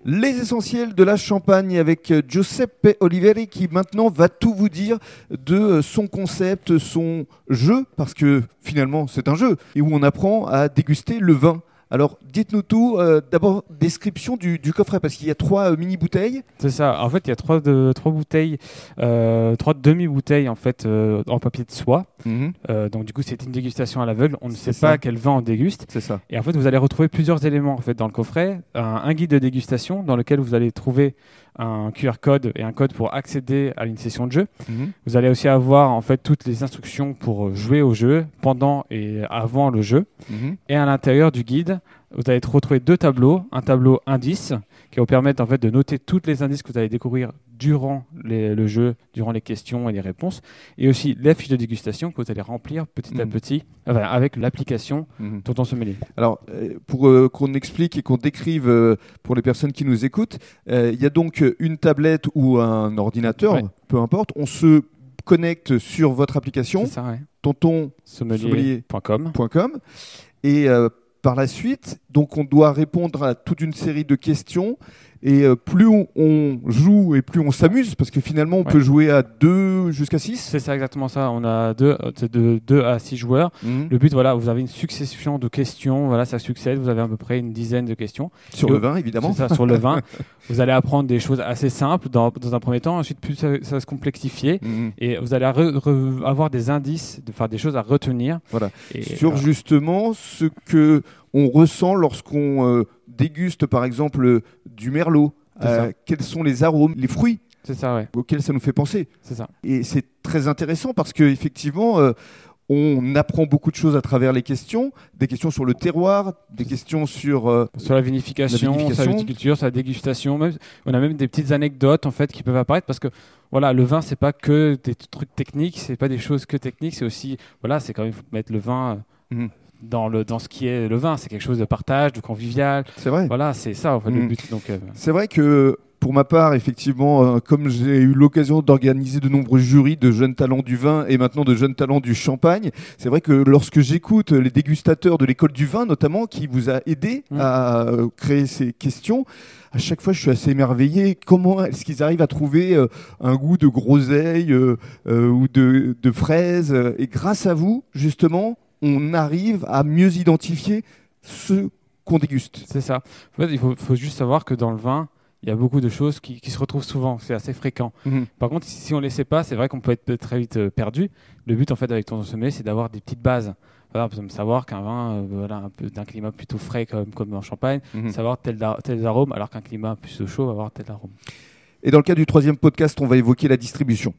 Les essentiels de la Champagne avec Giuseppe Oliveri qui maintenant va tout vous dire de son concept, son jeu, parce que finalement c'est un jeu, et où on apprend à déguster le vin. Alors dites-nous tout, d'abord description du coffret, parce qu'il y a 3 mini-bouteilles. C'est ça, en fait il y a trois bouteilles, 3 demi-bouteilles en fait en papier de soie. Donc du coup c'est une dégustation à l'aveugle, on ne sait pas quel vin on déguste. C'est ça. Et en fait vous allez retrouver plusieurs éléments en fait, dans le coffret, un guide de dégustation dans lequel vous allez trouver un QR code et un code pour accéder à une session de jeu. Vous allez aussi avoir en fait toutes les instructions pour jouer au jeu pendant et avant le jeu. Et à l'intérieur du guide, vous allez retrouver 2 tableaux, un tableau indice qui va vous permettre en fait de noter toutes les indices que vous allez découvrir durant le jeu, durant les questions et les réponses, et aussi les fiches de dégustation que vous allez remplir petit à petit avec l'application Tonton Sommelier. Alors, pour qu'on explique et qu'on décrive pour les personnes qui nous écoutent, il y a donc une tablette ou un ordinateur, peu importe, on se connecte sur votre application, tontonssommelier.com, et par la suite, donc on doit répondre à toute une série de questions. Et plus on joue et plus on s'amuse, parce que finalement on peut jouer à 2 jusqu'à 6. C'est ça, exactement ça. On a de 2 à 6 joueurs. Le but, voilà, vous avez une succession de questions. Voilà, ça succède. Vous avez à peu près une dizaine de questions. Sur le vin, évidemment. C'est ça, sur le vin. Vous allez apprendre des choses assez simples dans un premier temps. Ensuite, plus ça va se complexifier. Et vous allez avoir des indices, des choses à retenir. Voilà. Sur justement ce que on ressent lorsqu'on déguste par exemple du merlot, quels sont les arômes, les fruits auxquels ça nous fait penser. C'est ça. Et c'est très intéressant parce qu'effectivement, on apprend beaucoup de choses à travers les questions, des questions sur le terroir, des questions sur la vinification, sur la viticulture, sur la dégustation. On a même des petites anecdotes en fait qui peuvent apparaître parce que voilà, le vin c'est pas que des trucs techniques, c'est pas des choses que techniques, c'est aussi c'est quand même faut mettre le vin dans ce qui est le vin, c'est quelque chose de partage, de convivial. C'est vrai. Voilà, c'est ça en fait, le but. Donc, c'est vrai que pour ma part, effectivement, comme j'ai eu l'occasion d'organiser de nombreux jurys de jeunes talents du vin et maintenant de jeunes talents du champagne, c'est vrai que lorsque j'écoute les dégustateurs de l'école du vin notamment, qui vous a aidé à créer ces questions, à chaque fois je suis assez émerveillé. Comment est-ce qu'ils arrivent à trouver un goût de groseille ou de fraise, et grâce à vous, justement, on arrive à mieux identifier ce qu'on déguste. C'est ça. En fait, il faut juste savoir que dans le vin, il y a beaucoup de choses qui se retrouvent souvent. C'est assez fréquent. Par contre, si on ne les sait pas, c'est vrai qu'on peut être très vite perdu. Le but, en fait, avec Tonton Sommelier, c'est d'avoir des petites bases. Voilà, on peut savoir qu'un vin un peu d'un climat plutôt frais comme en Champagne, savoir tel arôme, alors qu'un climat plus chaud va avoir tel arôme. Et dans le cas du 3e podcast, on va évoquer la distribution.